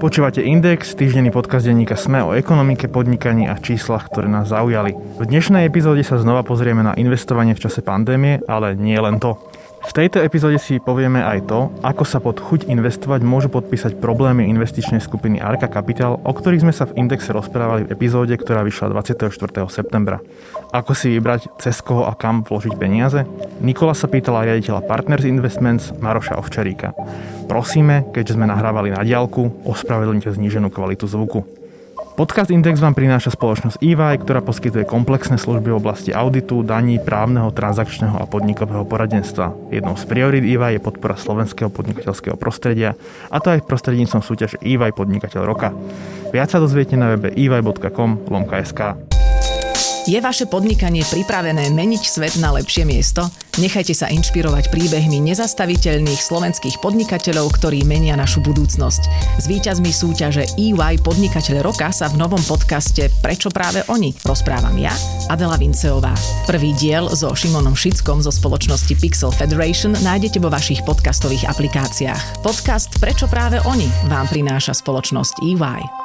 Počúvate Index, týždenný podcast denníka SME o ekonomike, podnikaní a číslach, ktoré nás zaujali. V dnešnej epizóde sa znova pozrieme na investovanie v čase pandémie, ale nie len to. V tejto epizóde si povieme aj to, ako sa pod chuť investovať môžu podpísať problémy investičnej skupiny Arka Capital, o ktorých sme sa v Indexe rozprávali v epizóde, ktorá vyšla 24. septembra. Ako si vybrať, cez koho a kam vložiť peniaze? Nikola sa pýtala riaditeľa Partners Investments Maroša Ovčaríka. Prosíme, keďže sme nahrávali na diaľku, ospravedlňte zníženú kvalitu zvuku. Podcast Index vám prináša spoločnosť EY, ktorá poskytuje komplexné služby v oblasti auditu, daní, právneho, transakčného a podnikového poradenstva. Jednou z priorít EY je podpora slovenského podnikateľského prostredia, a to aj prostredníctvom súťaže EY Podnikateľ roka. Viac sa dozviete na webe ey.com/sk. Je vaše podnikanie pripravené meniť svet na lepšie miesto? Nechajte sa inšpirovať príbehmi nezastaviteľných slovenských podnikateľov, ktorí menia našu budúcnosť. S víťazmi súťaže EY Podnikateľ roka sa v novom podcaste Prečo práve oni rozprávam ja, Adela Vinceová. Prvý diel so Šimonom Šickom zo spoločnosti Pixel Federation nájdete vo vašich podcastových aplikáciách. Podcast Prečo práve oni vám prináša spoločnosť EY.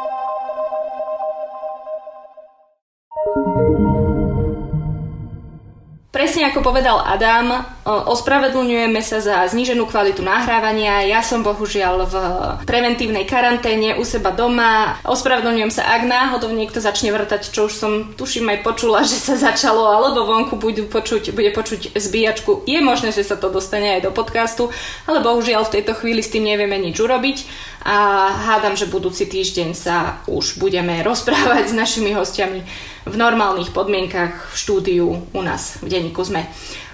Presne ako povedal Adam, ospravedlňujeme sa za zníženú kvalitu nahrávania. Ja som bohužiaľ v preventívnej karanténe u seba doma. Ospravedlňujem sa, ak náhodou niekto začne vrtať, čo už som tuším aj počula, že sa začalo, alebo vonku bude počuť zbíjačku. Je možné, že sa to dostane aj do podcastu, ale bohužiaľ v tejto chvíli s tým nevieme nič urobiť a hádam, že budúci týždeň sa už budeme rozprávať s našimi hostiami v normálnych podmienkach v štúdiu u nás v denníku SME.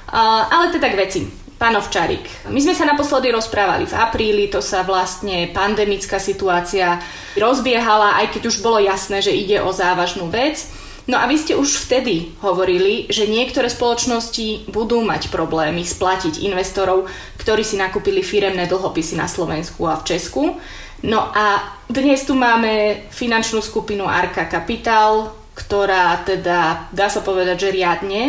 Ale teda k veci. Pán Ovčarík, my sme sa naposledy rozprávali v apríli, to sa vlastne pandemická situácia rozbiehala, aj keď už bolo jasné, že ide o závažnú vec. No a vy ste už vtedy hovorili, že niektoré spoločnosti budú mať problémy splatiť investorov, ktorí si nakúpili firemné dlhopisy na Slovensku a v Česku. No a dnes tu máme finančnú skupinu Arka Capital, ktorá teda, dá sa povedať, že riadne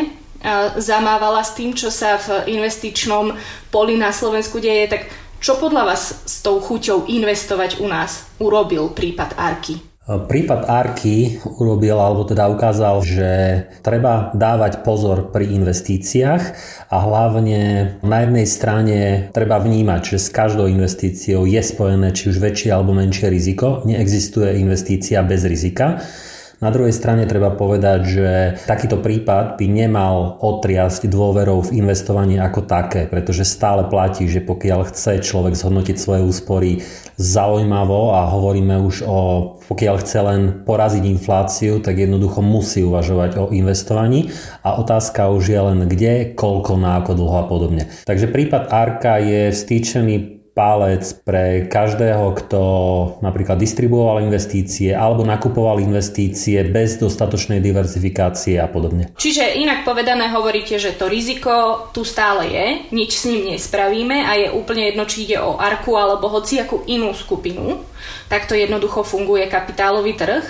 zamávala s tým, čo sa v investičnom poli na Slovensku deje. Tak čo podľa vás s tou chuťou investovať u nás urobil prípad Arky? Prípad Arky urobil, alebo teda ukázal, že treba dávať pozor pri investíciách a hlavne na jednej strane treba vnímať, že s každou investíciou je spojené či už väčšie alebo menšie riziko. Neexistuje investícia bez rizika. Na druhej strane treba povedať, že takýto prípad by nemal otriasť dôverou v investovanie ako také, pretože stále platí, že pokiaľ chce človek zhodnotiť svoje úspory zaujímavo a hovoríme už o pokiaľ chce len poraziť infláciu, tak jednoducho musí uvažovať o investovaní a otázka už je len kde, koľko, na ako dlho a podobne. Takže prípad Arka je vstýčený palec pre každého, kto napríklad distribuoval investície alebo nakupoval investície bez dostatočnej diverzifikácie a podobne. Čiže inak povedané hovoríte, že to riziko tu stále je, nič s ním nespravíme a je úplne jedno, či ide o Arku alebo hociakú inú skupinu. Takto jednoducho funguje kapitálový trh.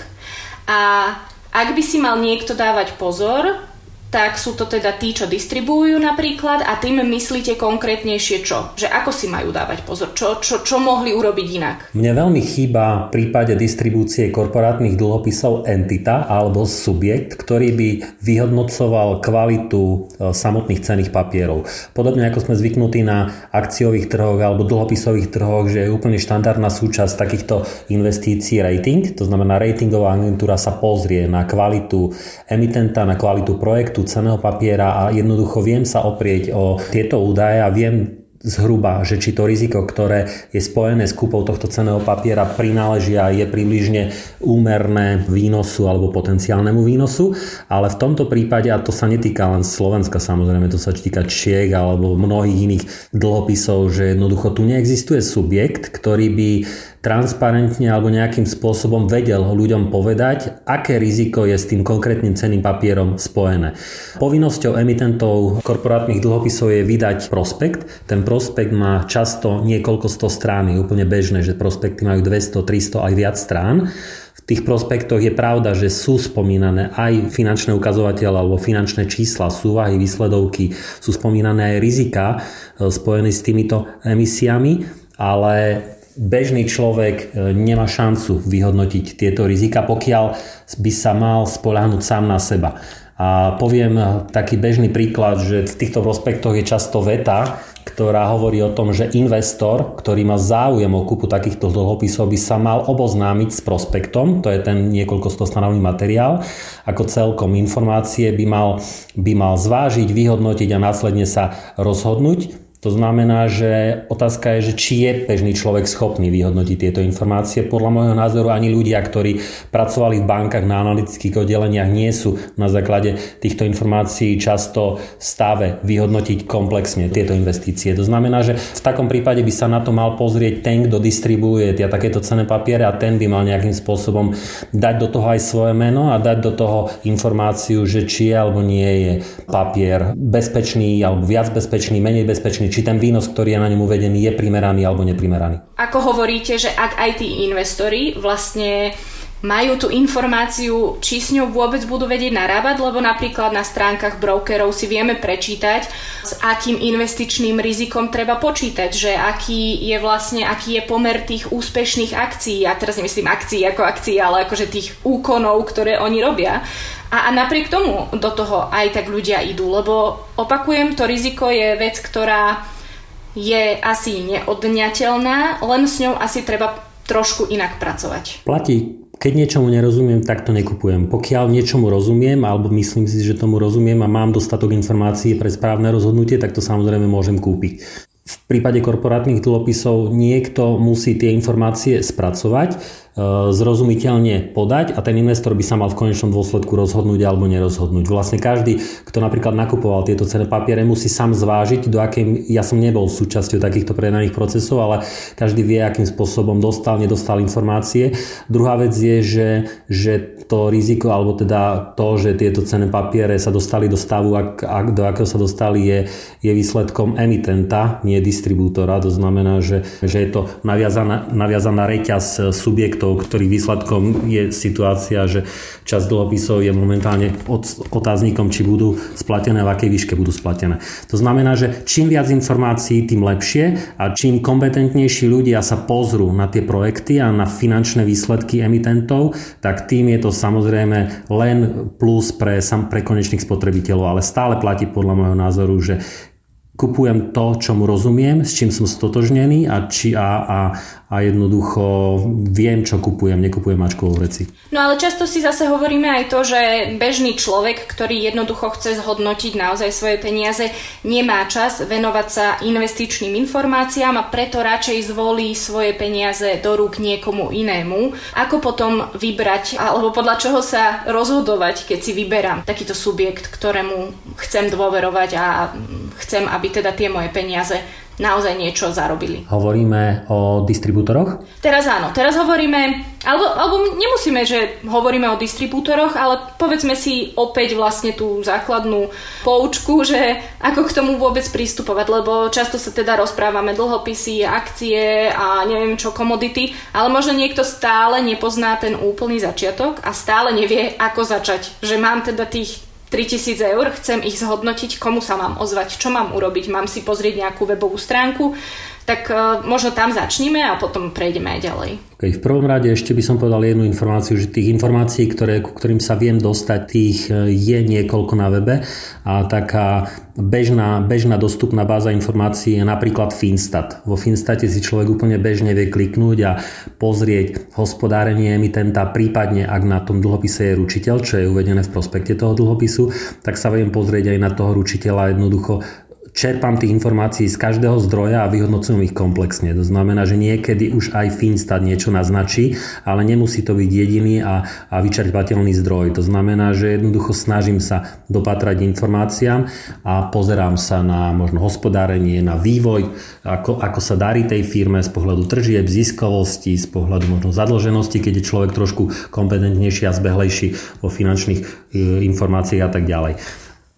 A ak by si mal niekto dávať pozor, tak sú to teda tí, čo distribuujú napríklad a tým myslíte konkrétnejšie čo? Že ako si majú dávať pozor? Čo mohli urobiť inak? Mne veľmi chýba v prípade distribúcie korporátnych dlhopisov entita alebo subjekt, ktorý by vyhodnocoval kvalitu samotných cenných papierov. Podobne ako sme zvyknutí na akciových trhoch alebo dlhopisových trhoch, že je úplne štandardná súčasť takýchto investícií rating. To znamená, ratingová agentúra sa pozrie na kvalitu emitenta, na kvalitu projektu, cenného papiera a jednoducho viem sa oprieť o tieto údaje a viem zhruba, že či to riziko, ktoré je spojené s kúpou tohto cenného papiera prináleží a je približne úmerné výnosu alebo potenciálnemu výnosu, ale v tomto prípade, a to sa netýka len Slovenska, samozrejme, to sa týka Čiek alebo mnohých iných dlhopisov, že jednoducho tu neexistuje subjekt, ktorý by transparentne alebo nejakým spôsobom vedel ľuďom povedať, aké riziko je s tým konkrétnym cenným papierom spojené. Povinnosťou emitentov korporátnych dlhopisov je vydať prospekt. Ten prospekt má často niekoľko sto strán, je úplne bežné, že prospekty majú 200, 300 aj viac strán. V tých prospektoch je pravda, že sú spomínané aj finančné ukazovatele alebo finančné čísla, súvahy, výsledovky, sú spomínané aj rizika spojené s týmito emisiami, ale bežný človek nemá šancu vyhodnotiť tieto rizika, pokiaľ by sa mal spoľahnúť sám na seba. A poviem taký bežný príklad, že v týchto prospektoch je často veta, ktorá hovorí o tom, že investor, ktorý má záujem o kúpu takýchto dlhopisov, by sa mal oboznámiť s prospektom, to je ten niekoľko stostranový materiál, ako celkom informácie by mal zvážiť, vyhodnotiť a následne sa rozhodnúť. To znamená, že otázka je, že či je bežný človek schopný vyhodnotiť tieto informácie. Podľa môjho názoru ani ľudia, ktorí pracovali v bankách na analytických oddeleniach, nie sú na základe týchto informácií často v stave vyhodnotiť komplexne tieto investície. To znamená, že v takom prípade by sa na to mal pozrieť ten, kto distribuuje takéto cenné papiere, a ten by mal nejakým spôsobom dať do toho aj svoje meno a dať do toho informáciu, že či je alebo nie je papier bezpečný alebo viac bezpečný, menej bezpečný, či ten výnos, ktorý je na ňom uvedený, je primeraný alebo neprimeraný. Ako hovoríte, že ak aj tí investori vlastne majú tú informáciu, či s ňou vôbec budú vedieť narábať, lebo napríklad na stránkach brokerov si vieme prečítať, s akým investičným rizikom treba počítať, že aký je pomer tých úspešných akcií, ja teraz nemyslím akcií ako akcií, ale akože tých úkonov, ktoré oni robia. A napriek tomu do toho aj tak ľudia idú, lebo opakujem, to riziko je vec, ktorá je asi neodňateľná, len s ňou asi treba trošku inak pracovať. Platí. Keď niečomu nerozumiem, tak to nekupujem. Pokiaľ niečomu rozumiem, alebo myslím si, že tomu rozumiem a mám dostatok informácií pre správne rozhodnutie, tak to samozrejme môžem kúpiť. V prípade korporátnych dlhopisov niekto musí tie informácie spracovať, zrozumiteľne podať a ten investor by sa mal v konečnom dôsledku rozhodnúť alebo nerozhodnúť. Vlastne každý, kto napríklad nakupoval tieto cenné papiere, musí sám zvážiť, do akej, ja som nebol súčasťou takýchto predaných procesov, ale každý vie, akým spôsobom nedostal informácie. Druhá vec je, že to riziko, alebo teda to, že tieto cenné papiere sa dostali do stavu, do akého sa dostali, je výsledkom emitenta, nie distribútora. To znamená, že je to naviazaná reťaz subjektov, ktorý výsledkom je situácia, že časť dlhopisov je momentálne otáznikom, či budú splatené, v akej výške budú splatené. To znamená, že čím viac informácií, tým lepšie a čím kompetentnejší ľudia sa pozrú na tie projekty a na finančné výsledky emitentov, tak tým je to samozrejme len plus pre konečných spotrebiteľov, ale stále platí podľa môjho názoru, že kupujem to, čomu rozumiem, s čím som stotožnený a jednoducho viem, čo kupujem, nekupujem mačkovou veci. No ale často si zase hovoríme aj to, že bežný človek, ktorý jednoducho chce zhodnotiť naozaj svoje peniaze, nemá čas venovať sa investičným informáciám a preto radšej zvolí svoje peniaze do rúk niekomu inému. Ako potom vybrať, alebo podľa čoho sa rozhodovať, keď si vyberám takýto subjekt, ktorému chcem dôverovať a chcem, aby teda tie moje peniaze naozaj niečo zarobili. Hovoríme o distribútoroch? Teraz áno, teraz hovoríme, alebo nemusíme, že hovoríme o distribútoroch, ale povedzme si opäť vlastne tú základnú poučku, že ako k tomu vôbec pristupovať, lebo často sa teda rozprávame dlhopisy, akcie a neviem čo, komodity, ale možno niekto stále nepozná ten úplný začiatok a stále nevie, ako začať, že mám teda tých 3 000 eur, chcem ich zhodnotiť, komu sa mám ozvať, čo mám urobiť, mám si pozrieť nejakú webovú stránku, tak možno tam začneme a potom prejdeme aj ďalej. Okay, v prvom rade ešte by som povedal jednu informáciu, že tých informácií, ku ktorým sa viem dostať, tých je niekoľko na webe a taká bežná dostupná báza informácií je napríklad Finstat. Vo Finstate si človek úplne bežne vie kliknúť a pozrieť hospodárenie emitenta, prípadne ak na tom dlhopise je ručiteľ, čo je uvedené v prospekte toho dlhopisu, tak sa viem pozrieť aj na toho ručiteľa, jednoducho čerpám tých informácií z každého zdroja a vyhodnocujem ich komplexne. To znamená, že niekedy už aj Finstat niečo naznačí, ale nemusí to byť jediný a vyčerpateľný zdroj. To znamená, že jednoducho snažím sa dopatrať informáciám a pozerám sa na možno hospodárenie, na vývoj, ako sa darí tej firme z pohľadu tržieb, ziskovosti, z pohľadu možno zadlženosti, keď je človek trošku kompetentnejší a zbehlejší vo finančných informáciách a tak ďalej.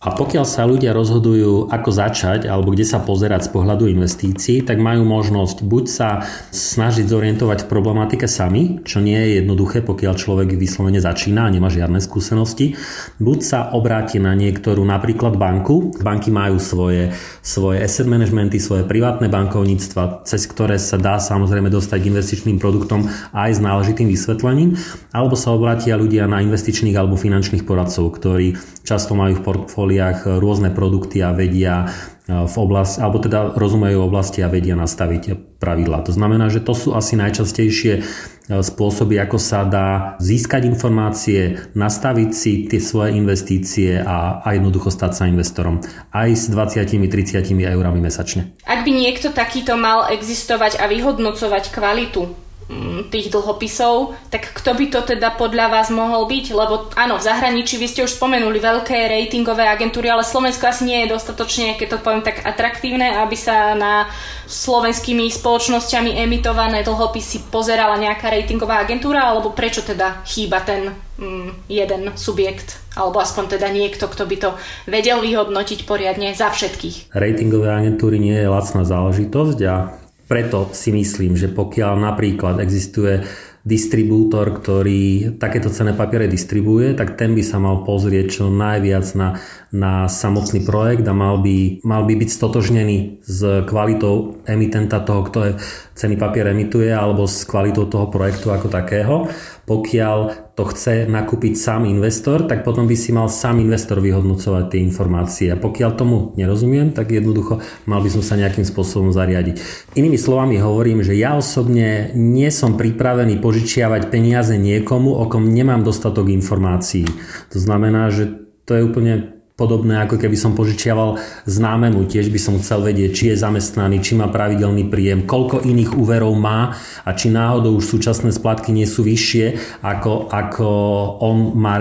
A pokiaľ sa ľudia rozhodujú, ako začať alebo kde sa pozerať z pohľadu investícií, tak majú možnosť buď sa snažiť zorientovať v problematike sami, čo nie je jednoduché, pokiaľ človek vyslovene začína a nemá žiadne skúsenosti, buď sa obráti na niektorú napríklad banku. Banky majú svoje asset managementy, svoje privátne bankovníctva, cez ktoré sa dá samozrejme dostať k investičným produktom aj s náležitým vysvetlením, alebo sa obrátia ľudia na investičných alebo finančných poradcov, ktorí často majú v portfóliách rôzne produkty a vedia v oblasti, alebo teda rozumejú oblasti a vedia nastaviť pravidlá. To znamená, že to sú asi najčastejšie spôsoby, ako sa dá získať informácie, nastaviť si tie svoje investície a jednoducho stať sa investorom aj s 20-30 eurami mesačne. Ak by niekto takýto mal existovať a vyhodnocovať kvalitu tých dlhopisov, tak kto by to teda podľa vás mohol byť? Lebo áno, v zahraničí vy ste už spomenuli veľké ratingové agentúry, ale Slovensko asi nie je dostatočne, keď to poviem tak, atraktívne, aby sa na slovenskými spoločnosťami emitované dlhopisy pozerala nejaká ratingová agentúra, alebo prečo teda chýba ten jeden subjekt, alebo aspoň teda niekto, kto by to vedel vyhodnotiť poriadne za všetkých? Ratingové agentúry nie je lacná záležitosť a preto si myslím, že pokiaľ napríklad existuje distribútor, ktorý takéto cenné papiere distribuuje, tak ten by sa mal pozrieť čo najviac na samotný projekt a mal by byť stotožnený s kvalitou emitenta toho, kto je cenný papier emituje, alebo s kvalitou toho projektu ako takého. Pokiaľ to chce nakúpiť sám investor, tak potom by si mal sám investor vyhodnocovať tie informácie. A pokiaľ tomu nerozumiem, tak jednoducho mal by som sa nejakým spôsobom zariadiť. Inými slovami hovorím, že ja osobne nie som pripravený požičiavať peniaze niekomu, o kom nemám dostatok informácií. To znamená, že to je úplne podobné, ako keby som požičiaval známemu. Tiež by som chcel vedieť, či je zamestnaný, či má pravidelný príjem, koľko iných úverov má a či náhodou už súčasné splatky nie sú vyššie, ako on má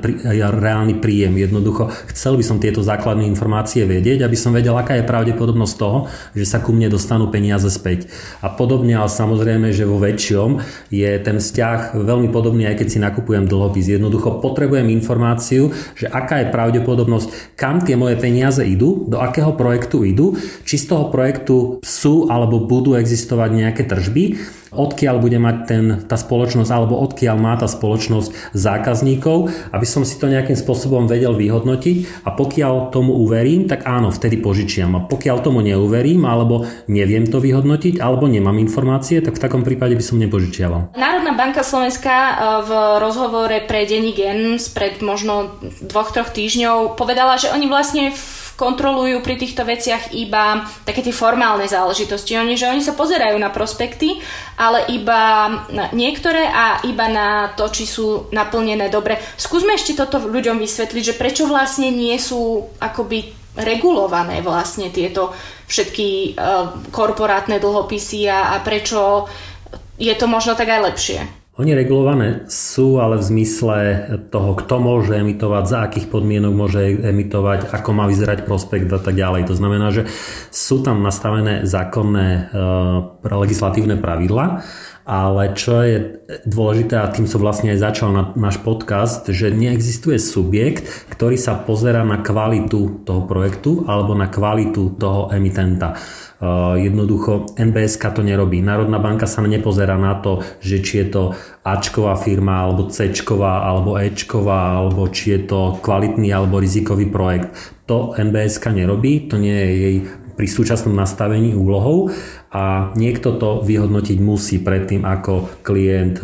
reálny príjem. Jednoducho chcel by som tieto základné informácie vedieť, aby som vedel, aká je pravdepodobnosť toho, že sa ku mne dostanú peniaze späť. A podobne, ale samozrejme, že vo väčšom je ten vzťah veľmi podobný, aj keď si nakupujem dlhopis. Jednoducho potrebujem informáciu, že aká je pravdepodobnosť, kam tie moje peniaze idú, do akého projektu idú, či z toho projektu sú alebo budú existovať nejaké tržby, odkiaľ bude mať tá spoločnosť alebo odkiaľ má tá spoločnosť zákazníkov, aby som si to nejakým spôsobom vedel vyhodnotiť a pokiaľ tomu uverím, tak áno, vtedy požičiam. A pokiaľ tomu neuverím alebo neviem to vyhodnotiť alebo nemám informácie, tak v takom prípade by som nepožičiaval. Národná banka Slovenska v rozhovore pre denník N spred možno 2-3 týždňov povedala, že oni vlastne kontrolujú pri týchto veciach iba také tie formálne záležitosti. Že oni sa pozerajú na prospekty, ale iba na niektoré a iba na to, či sú naplnené dobre. Skúsme ešte toto ľuďom vysvetliť, že prečo vlastne nie sú akoby regulované vlastne tieto všetky korporátne dlhopisy a prečo je to možno tak aj lepšie. Oni regulované sú, ale v zmysle toho, kto môže emitovať, za akých podmienok môže emitovať, ako má vyzerať prospekt a tak ďalej. To znamená, že sú tam nastavené zákonné legislatívne pravidlá, ale čo je dôležité, a tým som vlastne aj začal náš podcast, že neexistuje subjekt, ktorý sa pozerá na kvalitu toho projektu alebo na kvalitu toho emitenta. Jednoducho NBSK to nerobí. Národná banka sa nepozerá na to, že či je to Ačková firma, alebo Cčková, alebo Ečková, alebo či je to kvalitný alebo rizikový projekt. To NBSK nerobí, to nie je jej pri súčasnom nastavení úlohou a niekto to vyhodnotiť musí predtým, ako klient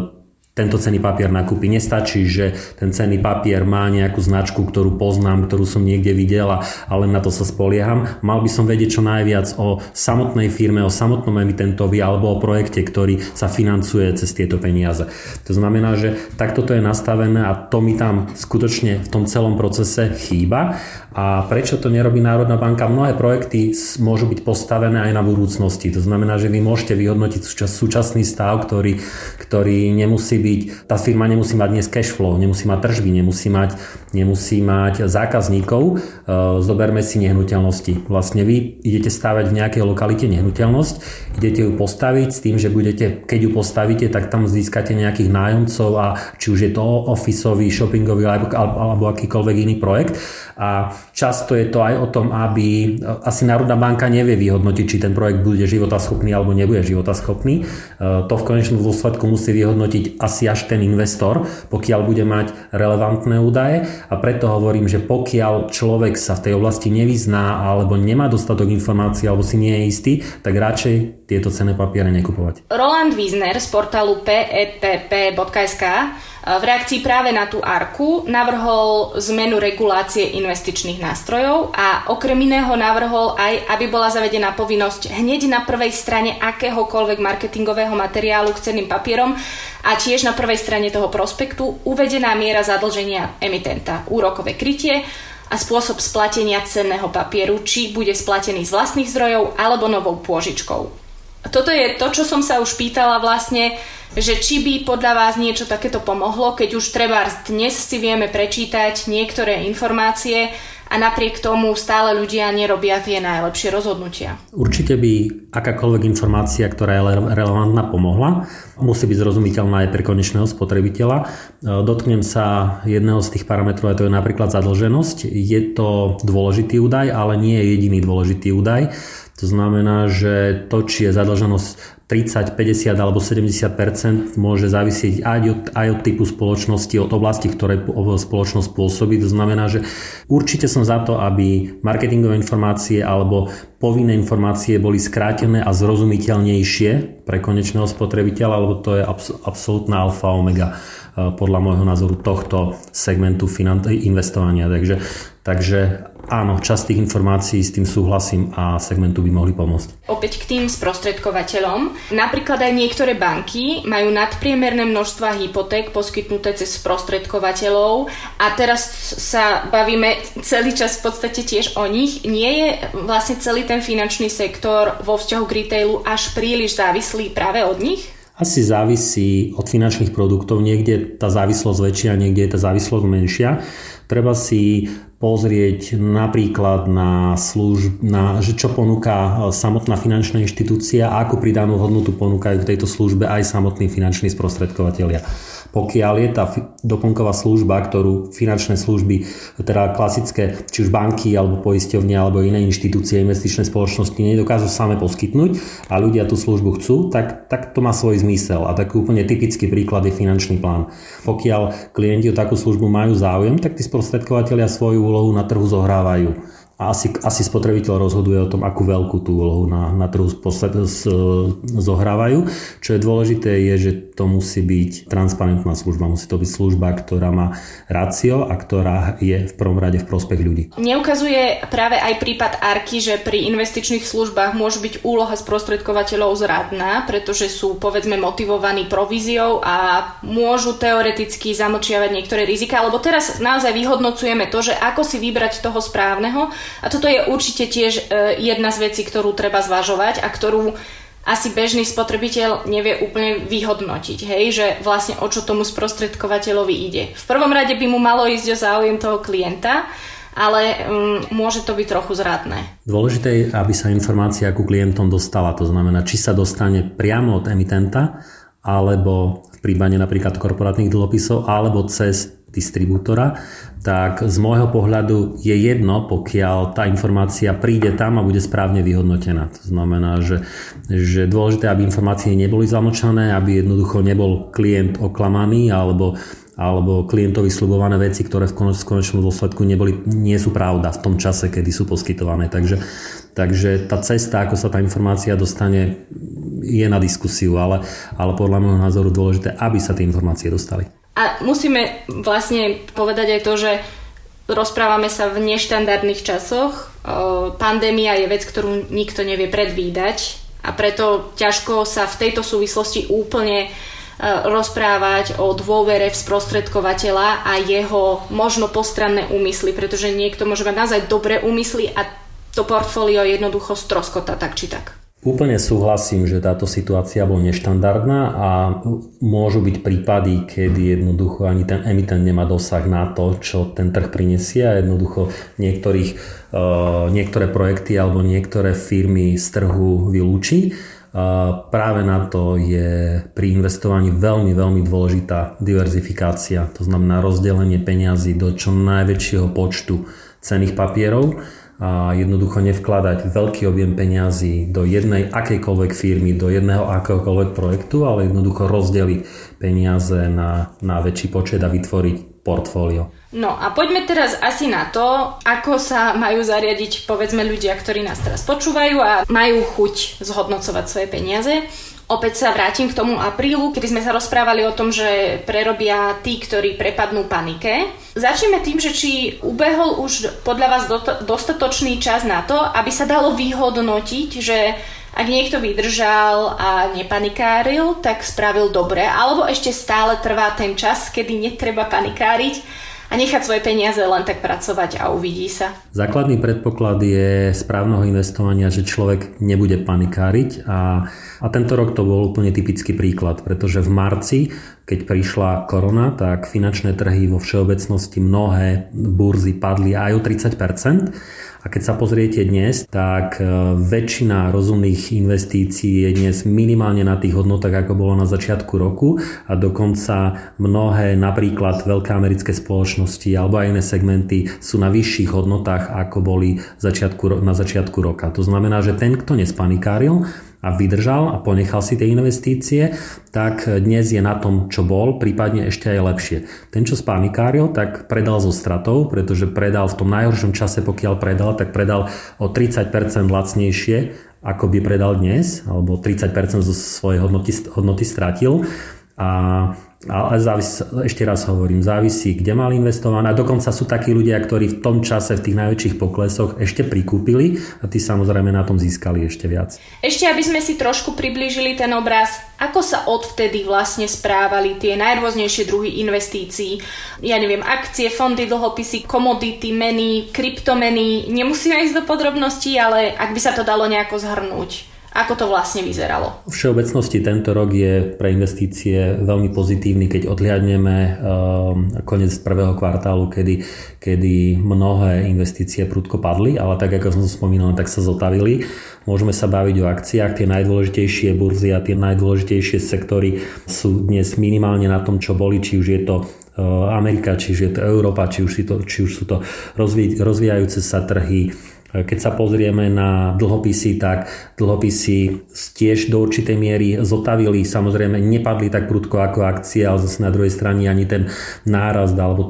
tento cenný papier nakúpi. Nestačí, že ten cenný papier má nejakú značku, ktorú poznám, ktorú som niekde videl a len na to sa spolieham. Mal by som vedieť čo najviac o samotnej firme, o samotnom emitentovi alebo o projekte, ktorý sa financuje cez tieto peniaze. To znamená, že takto to je nastavené a to mi tam skutočne v tom celom procese chýba. A prečo to nerobí Národná banka? Mnohé projekty môžu byť postavené aj na budúcnosti. To znamená, že vy môžete vyhodnotiť súčasný stav, ktorý nemusí byť byť, tá firma nemusí mať dnes cash flow, nemusí mať tržby, nemusí mať zákazníkov. Zoberme si nehnuteľnosti. Vlastne vy idete stavať v nejakej lokalite nehnuteľnosť, idete ju postaviť s tým, že keď ju postavíte, tak tam získate nejakých nájomcov a či už je to officeový, shoppingový alebo akýkoľvek iný projekt. A často je to aj o tom, aby asi Národná banka nevie vyhodnotiť, či ten projekt bude životaschopný alebo nebude životaschopný. To v konečnom dôsledku musí vyhodnotiť asi až ten investor, pokiaľ bude mať relevantné údaje. A preto hovorím, že pokiaľ človek sa v tej oblasti nevyzná alebo nemá dostatok informácií alebo si nie je istý, tak radšej tieto cenné papiere nekupovať. Roland Wiesner z portálu pepp.sk v reakcii práve na tú ARKu navrhol zmenu regulácie investičných nástrojov a okrem iného navrhol aj, aby bola zavedená povinnosť hneď na prvej strane akéhokoľvek marketingového materiálu k cenným papierom a tiež na prvej strane toho prospektu uvedená miera zadlženia emitenta, úrokové krytie a spôsob splatenia cenného papieru, či bude splatený z vlastných zdrojov alebo novou pôžičkou. Toto je to, čo som sa už pýtala vlastne, že či by podľa vás niečo takéto pomohlo, keď už trebárs dnes si vieme prečítať niektoré informácie a napriek tomu stále ľudia nerobia tie najlepšie rozhodnutia. Určite by akákoľvek informácia, ktorá je relevantná, pomohla. Musí byť zrozumiteľná aj pre konečného spotrebiteľa. Dotknem sa jedného z tých parametrov, a to je napríklad zadlženosť. Je to dôležitý údaj, ale nie je jediný dôležitý údaj. To znamená, že to, či je zadlženosť 30, 50 alebo 70% môže závisieť aj od typu spoločnosti, od oblasti, ktoré spoločnosť pôsobí. To znamená, že určite som za to, aby marketingové informácie alebo povinné informácie boli skrátené a zrozumiteľnejšie pre konečného spotrebiteľa, lebo to je absolútna alfa omega podľa môjho názoru tohto segmentu investovania. Takže áno, časť tých informácií s tým súhlasím a segmentu by mohli pomôcť. Opäť k tým sprostredkovateľom. Napríklad aj niektoré banky majú nadpriemerné množstva hypoték poskytnuté cez sprostredkovateľov a teraz sa bavíme celý čas v podstate tiež o nich. Nie je vlastne celý ten finančný sektor vo vzťahu k retailu až príliš závislý práve od nich? Asi závisí od finančných produktov. Niekde je tá závislosť väčšia, niekde je tá závislosť menšia. Treba si pozrieť napríklad že čo ponúka samotná finančná inštitúcia a akú pridanú hodnotu ponúkajú v tejto službe aj samotní finanční sprostredkovatelia. Pokiaľ je tá doplnková služba, ktorú finančné služby, teda klasické, či už banky, alebo poisťovne, alebo iné inštitúcie, investičné spoločnosti nedokážu same poskytnúť a ľudia tú službu chcú, tak to má svoj zmysel. A taký úplne typický príklad je finančný plán. Pokiaľ klienti o takú službu majú záujem, tak tí sprostredkovatelia svoju úlohu na trhu zohrávajú. A asi spotrebiteľ rozhoduje o tom, akú veľkú tú úlohu na trhu zohrávajú. Čo je dôležité je, že to musí byť transparentná služba. Musí to byť služba, ktorá má ratio a ktorá je v prvom rade v prospech ľudí. Neukazuje práve aj prípad ARKy, že pri investičných službách môže byť úloha sprostredkovateľov zradná, pretože sú povedzme motivovaní províziou a môžu teoreticky zamlčiavať niektoré rizika, lebo teraz naozaj vyhodnocujeme to, že ako si vybrať toho správneho. A toto je určite tiež jedna z vecí, ktorú treba zvažovať a ktorú asi bežný spotrebiteľ nevie úplne vyhodnotiť, hej, že vlastne o čo tomu sprostredkovateľovi ide. V prvom rade by mu malo ísť o záujem toho klienta, ale môže to byť trochu zradné. Dôležité je, aby sa informácia ku klientom dostala, to znamená, či sa dostane priamo od emitenta, alebo v prípade napríklad korporátnych dlhopisov, alebo cez distribútora, tak z môjho pohľadu je jedno, pokiaľ tá informácia príde tam a bude správne vyhodnotená. To znamená, že dôležité, aby informácie neboli zamlčané, aby jednoducho nebol klient oklamaný alebo klientovi sľubované veci, ktoré v konečnom dôsledku nie sú pravda v tom čase, kedy sú poskytované. Takže tá cesta, ako sa tá informácia dostane, je na diskusiu, ale podľa môjho názoru dôležité, aby sa tie informácie dostali. A musíme vlastne povedať aj to, že rozprávame sa v neštandardných časoch. Pandémia je vec, ktorú nikto nevie predvídať a preto ťažko sa v tejto súvislosti úplne rozprávať o dôvere v sprostredkovateľa a jeho možno postranné úmysly, pretože niekto môže mať naozaj dobré úmysly a to portfólio jednoducho stroskotá tak či tak. Úplne súhlasím, že táto situácia bola neštandardná a môžu byť prípady, kedy jednoducho ani ten emitent nemá dosah na to, čo ten trh prinesie a jednoducho niektoré projekty alebo niektoré firmy z trhu vylúči. Práve na to je pri investovaní veľmi, veľmi dôležitá diverzifikácia, to znamená rozdelenie peňazí do čo najväčšieho počtu cenných papierov a jednoducho nevkladať veľký objem peňazí do jednej akejkoľvek firmy, do jedného akéhokoľvek projektu, ale jednoducho rozdeliť peniaze na väčší počet a vytvoriť portfólio. No a poďme teraz asi na to, ako sa majú zariadiť povedzme ľudia, ktorí nás teraz počúvajú a majú chuť zhodnocovať svoje peniaze. Opäť sa vrátim k tomu aprílu, kedy sme sa rozprávali o tom, že prerobia tí, ktorí prepadnú panike. Začneme tým, že či ubehol už podľa vás dostatočný čas na to, aby sa dalo vyhodnotiť, že ak niekto vydržal a nepanikáril, tak spravil dobre, alebo ešte stále trvá ten čas, kedy netreba panikáriť a nechať svoje peniaze len tak pracovať a uvidí sa. Základný predpoklad je správneho investovania, že človek nebude panikáriť a tento rok to bol úplne typický príklad, pretože v marci, keď prišla korona, tak finančné trhy vo všeobecnosti mnohé burzy padli aj o 30%. A keď sa pozriete dnes, tak väčšina rozumných investícií je dnes minimálne na tých hodnotách, ako bolo na začiatku roku a dokonca mnohé napríklad veľké americké spoločnosti alebo aj iné segmenty sú na vyšších hodnotách, ako boli na začiatku roka. To znamená, že ten, kto nespanikáril a vydržal a ponechal si tie investície, tak dnes je na tom, čo bol, prípadne ešte aj lepšie. Ten, čo spanikáril, tak predal so stratou, pretože predal v tom najhoršom čase, pokiaľ predal, tak predal o 30% lacnejšie, ako by predal dnes, alebo 30% zo svojej hodnoty stratil. Ale ešte raz hovorím, závisí, kde mal investované. A dokonca sú takí ľudia, ktorí v tom čase, v tých najväčších poklesoch ešte prikúpili a tí samozrejme na tom získali ešte viac. Ešte aby sme si trošku priblížili ten obraz, ako sa odvtedy vlastne správali tie najrôznejšie druhy investícií. Ja neviem, akcie, fondy, dlhopisy, komodity, meny, kryptomeny. Nemusíme ísť do podrobností, ale ak by sa to dalo nejako zhrnúť. Ako to vlastne vyzeralo? V všeobecnosti tento rok je pre investície veľmi pozitívny, keď odhliadneme koniec prvého kvartálu, kedy mnohé investície prudko padli, ale tak ako som spomínal, tak sa zotavili. Môžeme sa baviť o akciách, tie najdôležitejšie burzy a tie najdôležitejšie sektory sú dnes minimálne na tom, čo boli, či už je to Amerika, či už je to Európa, či už sú to rozvíjajúce sa trhy. Keď sa pozrieme na dlhopisy, tak dlhopisy tiež do určitej miery zotavili, samozrejme nepadli tak prudko ako akcie, ale zase na druhej strane ani ten nárast alebo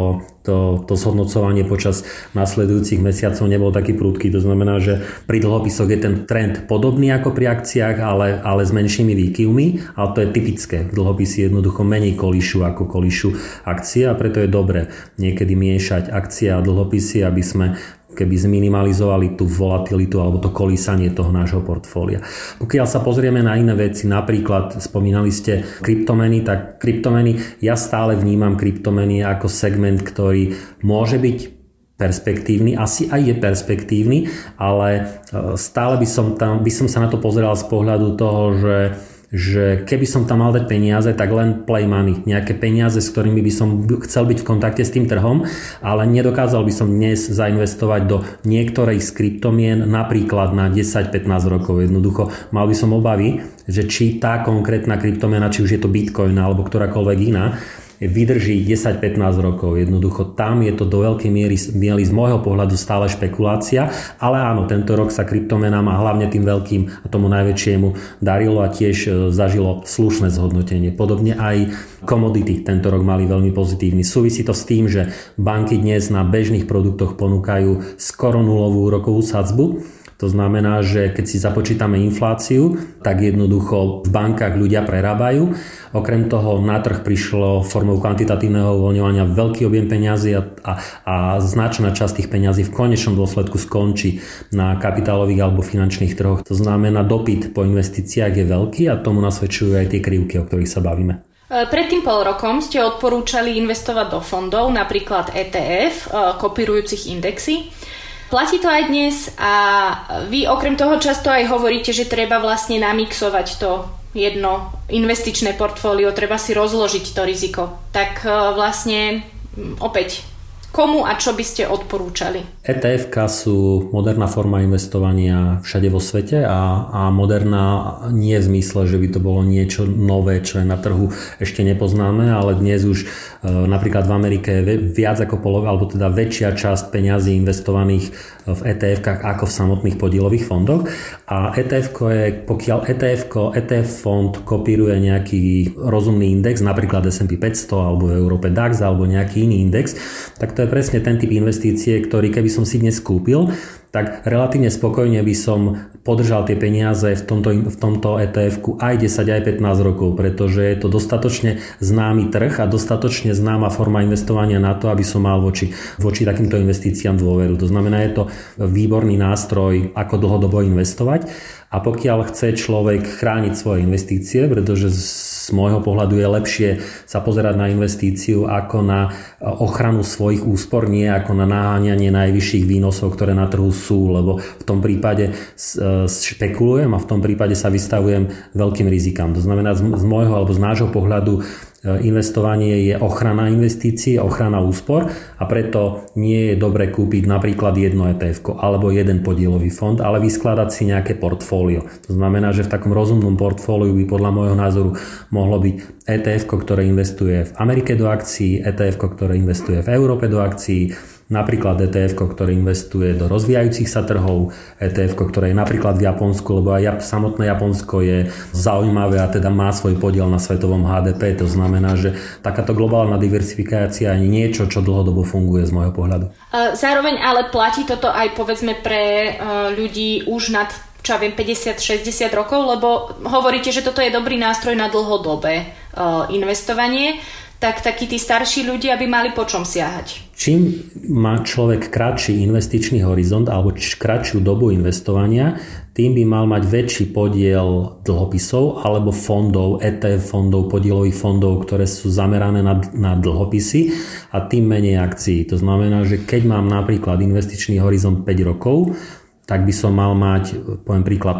to zhodnocovanie počas nasledujúcich mesiacov nebol taký prudký. To znamená, že pri dlhopisoch je ten trend podobný ako pri akciách, ale s menšími výkyvmi, ale to je typické. Dlhopisy jednoducho menej kolíšu ako kolíšu akcie a preto je dobre niekedy miešať akcie a dlhopisy, aby sme keby zminimalizovali tú volatilitu alebo to kolísanie toho nášho portfólia. Pokiaľ sa pozrieme na iné veci, napríklad spomínali ste kryptomeny, tak kryptomeny, ja stále vnímam kryptomeny ako segment, ktorý môže byť perspektívny, asi aj je perspektívny, ale stále by som sa na to pozeral z pohľadu toho, že keby som tam mal dať peniaze, tak len play money, nejaké peniaze, s ktorými by som chcel byť v kontakte s tým trhom, ale nedokázal by som dnes zainvestovať do niektorej z kryptomien napríklad na 10-15 rokov. Jednoducho mal by som obavy, že či tá konkrétna kryptomena, či už je to Bitcoin alebo ktorákoľvek iná, vydrží 10-15 rokov. Jednoducho tam je to do veľkej miery z môjho pohľadu stále špekulácia, ale áno, tento rok sa kryptomenám a hlavne tým veľkým a tomu najväčšiemu darilo a tiež zažilo slušné zhodnotenie. Podobne aj komodity tento rok mali veľmi pozitívny. Súvisí to s tým, že banky dnes na bežných produktoch ponúkajú skoro nulovú úrokovú sadzbu. To znamená, že keď si započítame infláciu, tak jednoducho v bankách ľudia prerábajú. Okrem toho na trh prišlo formou kvantitatívneho uvoľňovania veľký objem peňazí a značná časť tých peňazí v konečnom dôsledku skončí na kapitálových alebo finančných trhoch. To znamená, dopyt po investíciách je veľký a tomu nasvedčujú aj tie krivky, o ktorých sa bavíme. Pred tým pol rokom ste odporúčali investovať do fondov, napríklad ETF, kopírujúcich indexy. Platí to aj dnes a vy okrem toho často aj hovoríte, že treba vlastne namixovať to jedno investičné portfólio, treba si rozložiť to riziko. Tak vlastne opäť, komu a čo by ste odporúčali? ETF-ka sú moderná forma investovania všade vo svete a moderná nie v zmysle, že by to bolo niečo nové, čo je na trhu ešte nepoznáme, ale dnes už napríklad v Amerike je viac ako alebo teda väčšia časť peňazí investovaných v ETF-kách ako v samotných podielových fondoch. A ETF-ko je, pokiaľ ETF fond kopíruje nejaký rozumný index, napríklad S&P 500 alebo Európe DAX alebo nejaký iný index, tak to je presne ten typ investície, ktorý keby som si dnes kúpil, tak relatívne spokojne by som podržal tie peniaze v tomto ETF-ku aj 10, aj 15 rokov, pretože je to dostatočne známy trh a dostatočne známa forma investovania na to, aby som mal voči takýmto investíciám dôveru. To znamená, je to výborný nástroj, ako dlhodobo investovať. A pokiaľ chce človek chrániť svoje investície, pretože z môjho pohľadu je lepšie sa pozerať na investíciu ako na ochranu svojich úspor, nie ako na naháňanie najvyšších výnosov, ktoré na trhu sú, lebo v tom prípade špekulujem a v tom prípade sa vystavujem veľkým rizikám. To znamená, z môjho alebo z nášho pohľadu investovanie je ochrana investícií, ochrana úspor a preto nie je dobre kúpiť napríklad jedno ETF alebo jeden podielový fond, ale vyskladať si nejaké portfólio. To znamená, že v takom rozumnom portfóliu by podľa môjho názoru mohlo byť ETF, ktoré investuje v Amerike do akcií, ETF, ktoré investuje v Európe do akcií, napríklad ETF, ktoré investuje do rozvíjajúcich sa trhov, ETF, ktoré je napríklad v Japonsku, lebo aj samotné Japonsko je zaujímavé a teda má svoj podiel na svetovom HDP. To znamená, že takáto globálna diversifikácia je niečo, čo dlhodobo funguje z môjho pohľadu. Zároveň ale platí toto aj povedzme pre ľudí už nad 50-60 rokov, lebo hovoríte, že toto je dobrý nástroj na dlhodobé investovanie. Tak takí tí starší ľudia by mali po čom siahať? Čím má človek kratší investičný horizont alebo kratšiu dobu investovania, tým by mal mať väčší podiel dlhopisov alebo fondov, ETF fondov, podielových fondov, ktoré sú zamerané na dlhopisy a tým menej akcií. To znamená, že keď mám napríklad investičný horizont 5 rokov, tak by som mal mať, poviem príklad,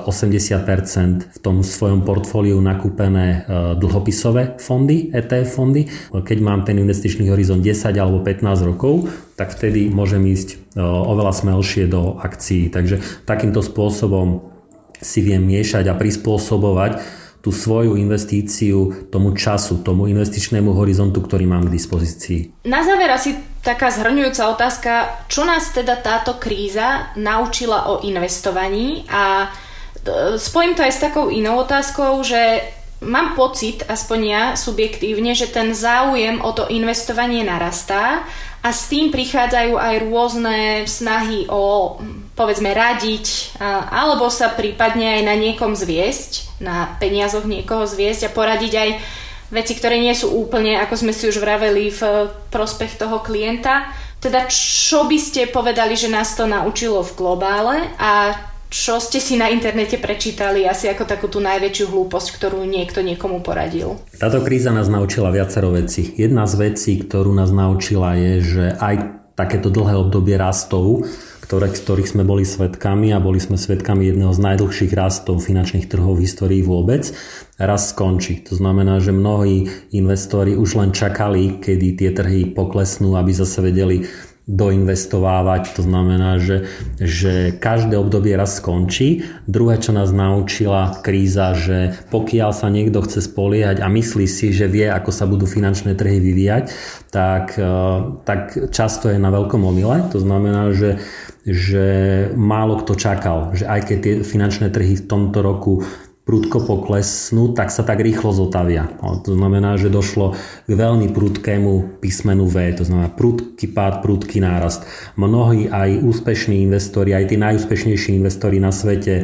80% v tom svojom portfóliu nakúpené dlhopisové fondy, ETF fondy. Keď mám ten investičný horizont 10 alebo 15 rokov, tak vtedy môžem ísť oveľa smelšie do akcií. Takže takýmto spôsobom si viem miešať a prispôsobovať tú svoju investíciu tomu času, tomu investičnému horizontu, ktorý mám k dispozícii. Na záver asi taká zhrňujúca otázka, čo nás teda táto kríza naučila o investovaní a spojím to aj s takou inou otázkou, že mám pocit, aspoň ja subjektívne, že ten záujem o to investovanie narastá a s tým prichádzajú aj rôzne snahy o, povedzme, radiť alebo sa prípadne aj na niekom zviesť, na peniazoch niekoho zviesť a poradiť aj veci, ktoré nie sú úplne, ako sme si už vraveli, v prospech toho klienta. Teda čo by ste povedali, že nás to naučilo v globále a čo ste si na internete prečítali asi ako takú tú najväčšiu hlúposť, ktorú niekto niekomu poradil? Táto kríza nás naučila viacero vecí. Jedna z vecí, ktorú nás naučila, je, že aj takéto dlhé obdobie rastov, ktorých sme boli svedkami a boli sme svedkami jedného z najdlhších rastov finančných trhov v histórii vôbec, raz skončí. To znamená, že mnohí investori už len čakali, kedy tie trhy poklesnú, aby zase vedeli doinvestovávať. To znamená, že každé obdobie raz skončí. Druhé, čo nás naučila kríza, že pokiaľ sa niekto chce spoliehať a myslí si, že vie, ako sa budú finančné trhy vyvíjať, tak často je na veľkom omyle. To znamená, že málo kto čakal, že aj keď tie finančné trhy v tomto roku prudko poklesnú, tak sa tak rýchlo zotavia. To znamená, že došlo k veľmi prudkému písmenu V, to znamená prudký pád, prudký nárast. Mnohí aj úspešní investori, aj tí najúspešnejší investori na svete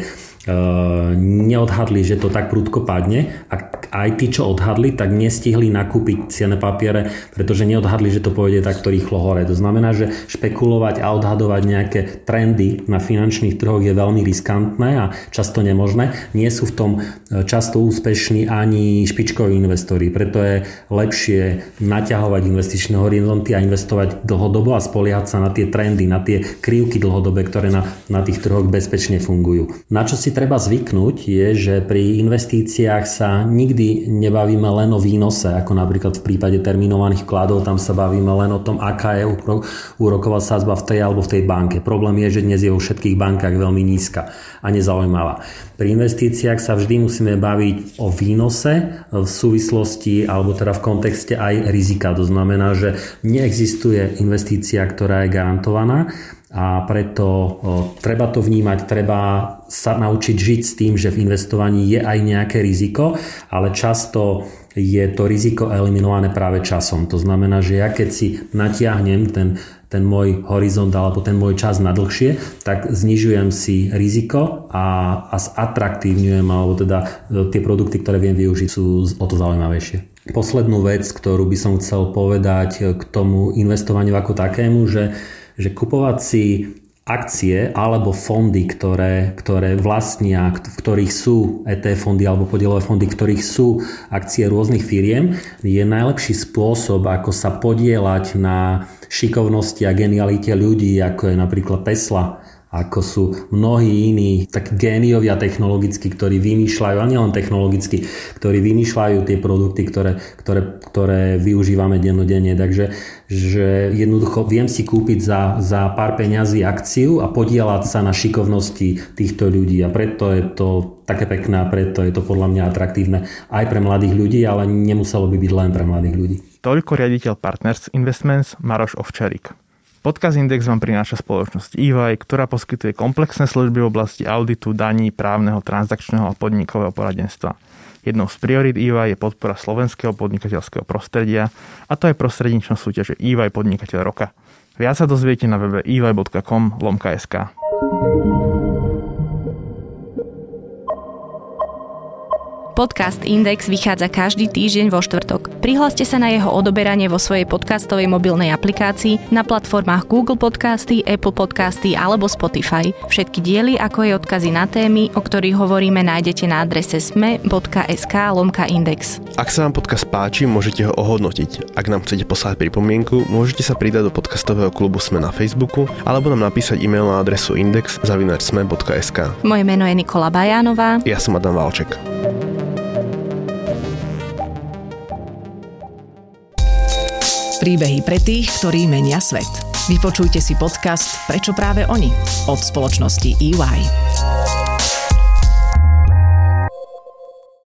neodhadli, že to tak prudko padne a aj tí, čo odhadli, tak nestihli nakúpiť cenné papiere, pretože neodhadli, že to pôjde takto rýchlo hore. To znamená, že špekulovať a odhadovať nejaké trendy na finančných trhoch je veľmi riskantné a často nemožné. Nie sú v tom často úspešní ani špičkoví investori, preto je lepšie naťahovať investičné horizonty a investovať dlhodobo a spoliehať sa na tie trendy, na tie krivky dlhodobé, ktoré na tých trhoch bezpečne fungujú. Na čo si treba zvyknúť je, že pri investíciách sa nikdy nebavíme len o výnose, ako napríklad v prípade terminovaných vkladov, tam sa bavíme len o tom, aká je úroková sadzba v tej alebo v tej banke. Problém je, že dnes je vo všetkých bankách veľmi nízka a nezaujímavá. Pri investíciách sa vždy musíme baviť o výnose v súvislosti alebo teda v kontexte aj rizika. To znamená, že neexistuje investícia, ktorá je garantovaná. A preto treba to vnímať, treba sa naučiť žiť s tým, že v investovaní je aj nejaké riziko, ale často je to riziko eliminované práve časom. To znamená, že ja keď si natiahnem ten môj horizont alebo ten môj čas na dlhšie, tak znižujem si riziko a zatraktívňujem, alebo teda tie produkty, ktoré viem využiť, sú o to zaujímavejšie. Poslednú vec, ktorú by som chcel povedať k tomu investovaniu ako takému, že kupovať si akcie alebo fondy, ktoré vlastnia, v ktorých sú ETF fondy alebo podielové fondy, v ktorých sú akcie rôznych firiem, je najlepší spôsob, ako sa podieľať na šikovnosti a genialite ľudí, ako je napríklad Tesla, ako sú mnohí iní takí géniovia technologicky, ktorí vymýšľajú, a nielen technologicky, ktorí vymýšľajú tie produkty, ktoré využívame dennodenne. Takže že jednoducho viem si kúpiť za pár peňazí akciu a podieľať sa na šikovnosti týchto ľudí. A preto je to také pekné a preto je to podľa mňa atraktívne aj pre mladých ľudí, ale nemuselo by byť len pre mladých ľudí. Toľko riaditeľ Partners Investments Maroš Ovčarík. Podcast Index vám prináša spoločnosť EY, ktorá poskytuje komplexné služby v oblasti auditu, daní, právneho, transakčného a podnikového poradenstva. Jednou z priorít EY je podpora slovenského podnikateľského prostredia, a to aj prostredníctvom súťaže EY Podnikateľ roka. Viac sa dozviete na webe ey.com/sk. Podcast Index vychádza každý týždeň vo štvrtok. Prihláste sa na jeho odoberanie vo svojej podcastovej mobilnej aplikácii na platformách Google Podcasty, Apple Podcasty alebo Spotify. Všetky diely, ako aj odkazy na témy, o ktorých hovoríme, nájdete na adrese sme.sk/index. Ak sa vám podcast páči, môžete ho ohodnotiť. Ak nám chcete poslať pripomienku, môžete sa pridať do podcastového klubu Sme na Facebooku alebo nám napísať e-mail na adresu index@sme.sk. Moje meno je Nikola Bajánová. Ja som Adam Valček. Príbehy pre tých, ktorí menia svet. Vypočujte si podcast Prečo práve oni? Od spoločnosti EY.